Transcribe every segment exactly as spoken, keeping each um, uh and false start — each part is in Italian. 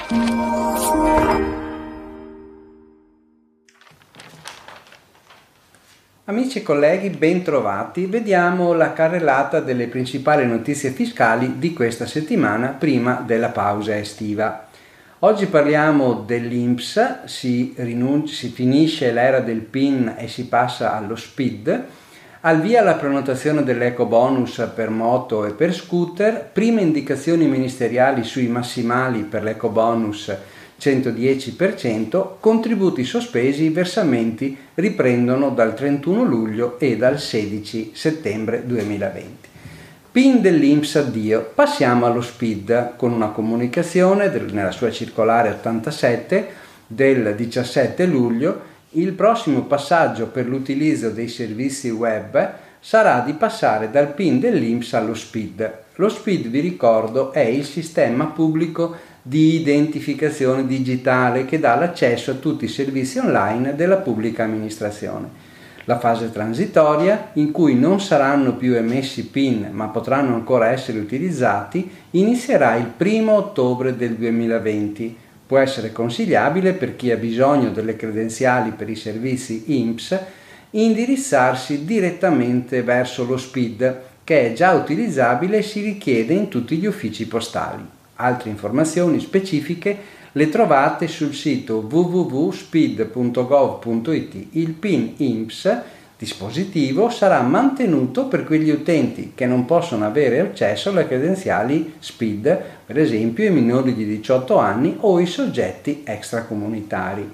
Amici e colleghi, ben trovati. Vediamo la carrellata delle principali notizie fiscali di questa settimana prima della pausa estiva. Oggi parliamo dell'I N P S, si, rinunci, si finisce l'era del P I N e si passa allo S P I D, al via la prenotazione dell'ecobonus per moto e per scooter, prime indicazioni ministeriali sui massimali per l'ecobonus centodieci per cento, contributi sospesi, i versamenti riprendono dal trentuno luglio e dal sedici settembre duemilaventi. P I N dell'I N P S addio, passiamo allo S P I D con una comunicazione del, nella sua circolare ottantasette del diciassette luglio. Il prossimo passaggio per l'utilizzo dei servizi web sarà di passare dal P I N dell'I N P S allo S P I D. Lo S P I D, vi ricordo, è il sistema pubblico di identificazione digitale che dà l'accesso a tutti i servizi online della pubblica amministrazione. La fase transitoria, in cui non saranno più emessi P I N ma potranno ancora essere utilizzati, inizierà il primo ottobre del duemilaventi. Può essere consigliabile per chi ha bisogno delle credenziali per i servizi I N P S indirizzarsi direttamente verso lo S P I D, che è già utilizzabile e si richiede in tutti gli uffici postali. Altre informazioni specifiche le trovate sul sito w w w punto spid punto gov punto i t. Il P I N I N P S dispositivo sarà mantenuto per quegli utenti che non possono avere accesso alle credenziali S P I D, per esempio i minori di diciotto anni o i soggetti extracomunitari.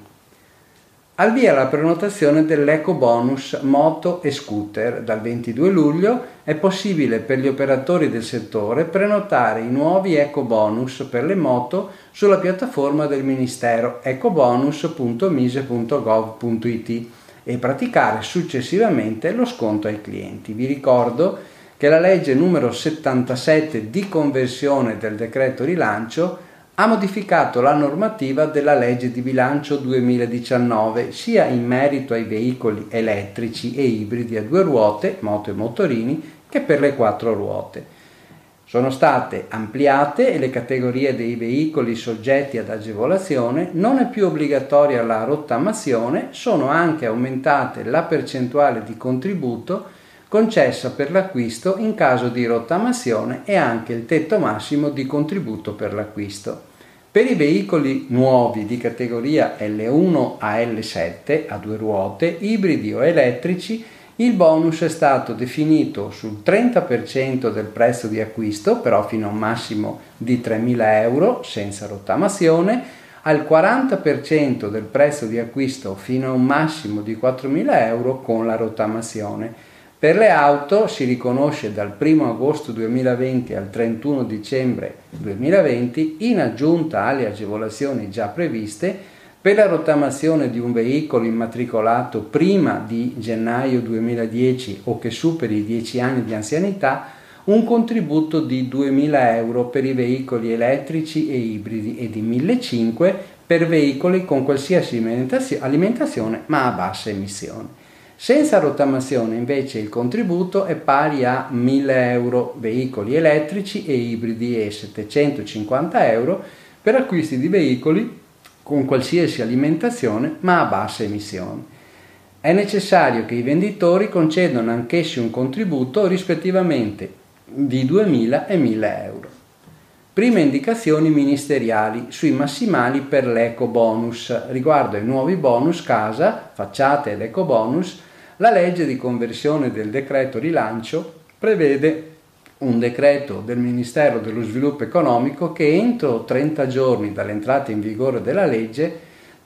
Al via la prenotazione dell'ecobonus moto e scooter. Dal ventidue luglio è possibile per gli operatori del settore prenotare i nuovi ecobonus per le moto sulla piattaforma del Ministero ecobonus punto mise punto gov punto i t e praticare successivamente lo sconto ai clienti. Vi ricordo che la legge numero settantasette di conversione del decreto rilancio ha modificato la normativa della legge di bilancio duemiladiciannove sia in merito ai veicoli elettrici e ibridi a due ruote, moto e motorini, che per le quattro ruote. Sono state ampliate le categorie dei veicoli soggetti ad agevolazione, non è più obbligatoria la rottamazione, sono anche aumentate la percentuale di contributo concessa per l'acquisto in caso di rottamazione e anche il tetto massimo di contributo per l'acquisto. Per i veicoli nuovi di categoria L uno a L sette a due ruote, ibridi o elettrici, il bonus è stato definito sul trenta per cento del prezzo di acquisto, però fino a un massimo di tremila euro senza rottamazione, al quaranta per cento del prezzo di acquisto fino a un massimo di quattromila euro con la rottamazione. Per le auto si riconosce dal primo agosto duemilaventi al trentuno dicembre duemilaventi, in aggiunta alle agevolazioni già previste, per la rottamazione di un veicolo immatricolato prima di gennaio duemiladieci o che superi i dieci anni di anzianità, un contributo di duemila euro per i veicoli elettrici e ibridi e di millecinquecento per veicoli con qualsiasi alimentazione ma a bassa emissione. Senza rottamazione invece il contributo è pari a mille euro veicoli elettrici e ibridi e settecentocinquanta euro per acquisti di veicoli con qualsiasi alimentazione ma a bassa emissione. È necessario che i venditori concedano anch'essi un contributo rispettivamente di duemila e mille euro. Prime indicazioni ministeriali sui massimali per l'ecobonus. Riguardo ai nuovi bonus casa, facciate ed ecobonus, la legge di conversione del decreto rilancio prevede un decreto del Ministero dello Sviluppo Economico che entro trenta giorni dall'entrata in vigore della legge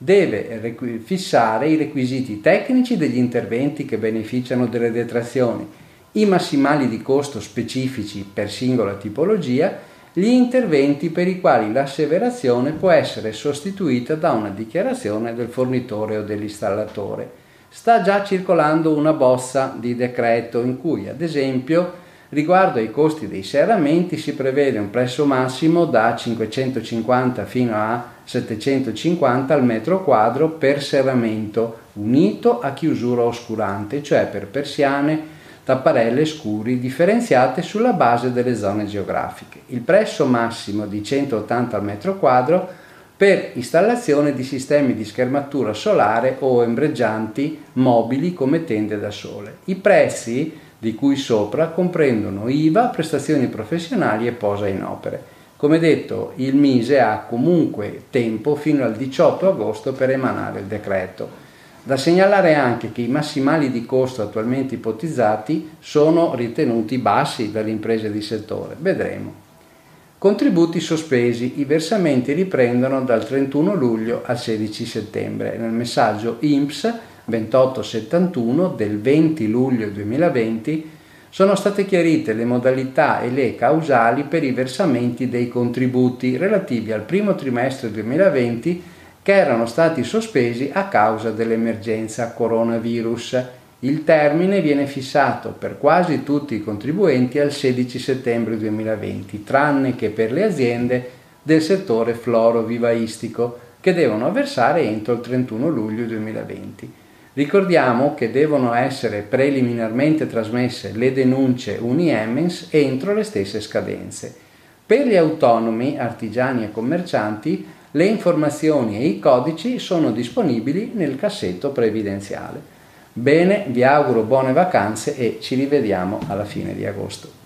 deve fissare i requisiti tecnici degli interventi che beneficiano delle detrazioni, i massimali di costo specifici per singola tipologia, gli interventi per i quali l'asseverazione può essere sostituita da una dichiarazione del fornitore o dell'installatore. Sta già circolando una bozza di decreto in cui, ad esempio, riguardo ai costi dei serramenti si prevede un prezzo massimo da cinquecentocinquanta fino a settecentocinquanta al metro quadro per serramento unito a chiusura oscurante, cioè per persiane, tapparelle scuri differenziate sulla base delle zone geografiche. Il prezzo massimo di centottanta al metro quadro per installazione di sistemi di schermatura solare o ombreggianti mobili come tende da sole. I prezzi di cui sopra comprendono I V A, prestazioni professionali e posa in opere. Come detto, il Mise ha comunque tempo fino al diciotto agosto per emanare il decreto. Da segnalare anche che i massimali di costo attualmente ipotizzati sono ritenuti bassi dalle imprese di settore. Vedremo. Contributi sospesi. I versamenti riprendono dal trentuno luglio al sedici settembre. Nel messaggio I N P S ventotto settantuno del venti luglio duemilaventi sono state chiarite le modalità e le causali per i versamenti dei contributi relativi al primo trimestre duemilaventi che erano stati sospesi a causa dell'emergenza coronavirus. Il termine viene fissato per quasi tutti i contribuenti al sedici settembre duemilaventi, tranne che per le aziende del settore florovivaistico, che devono versare entro il trentuno luglio duemilaventi. Ricordiamo che devono essere preliminarmente trasmesse le denunce Uniemens entro le stesse scadenze. Per gli autonomi, artigiani e commercianti, le informazioni e i codici sono disponibili nel cassetto previdenziale. Bene, vi auguro buone vacanze e ci rivediamo alla fine di agosto.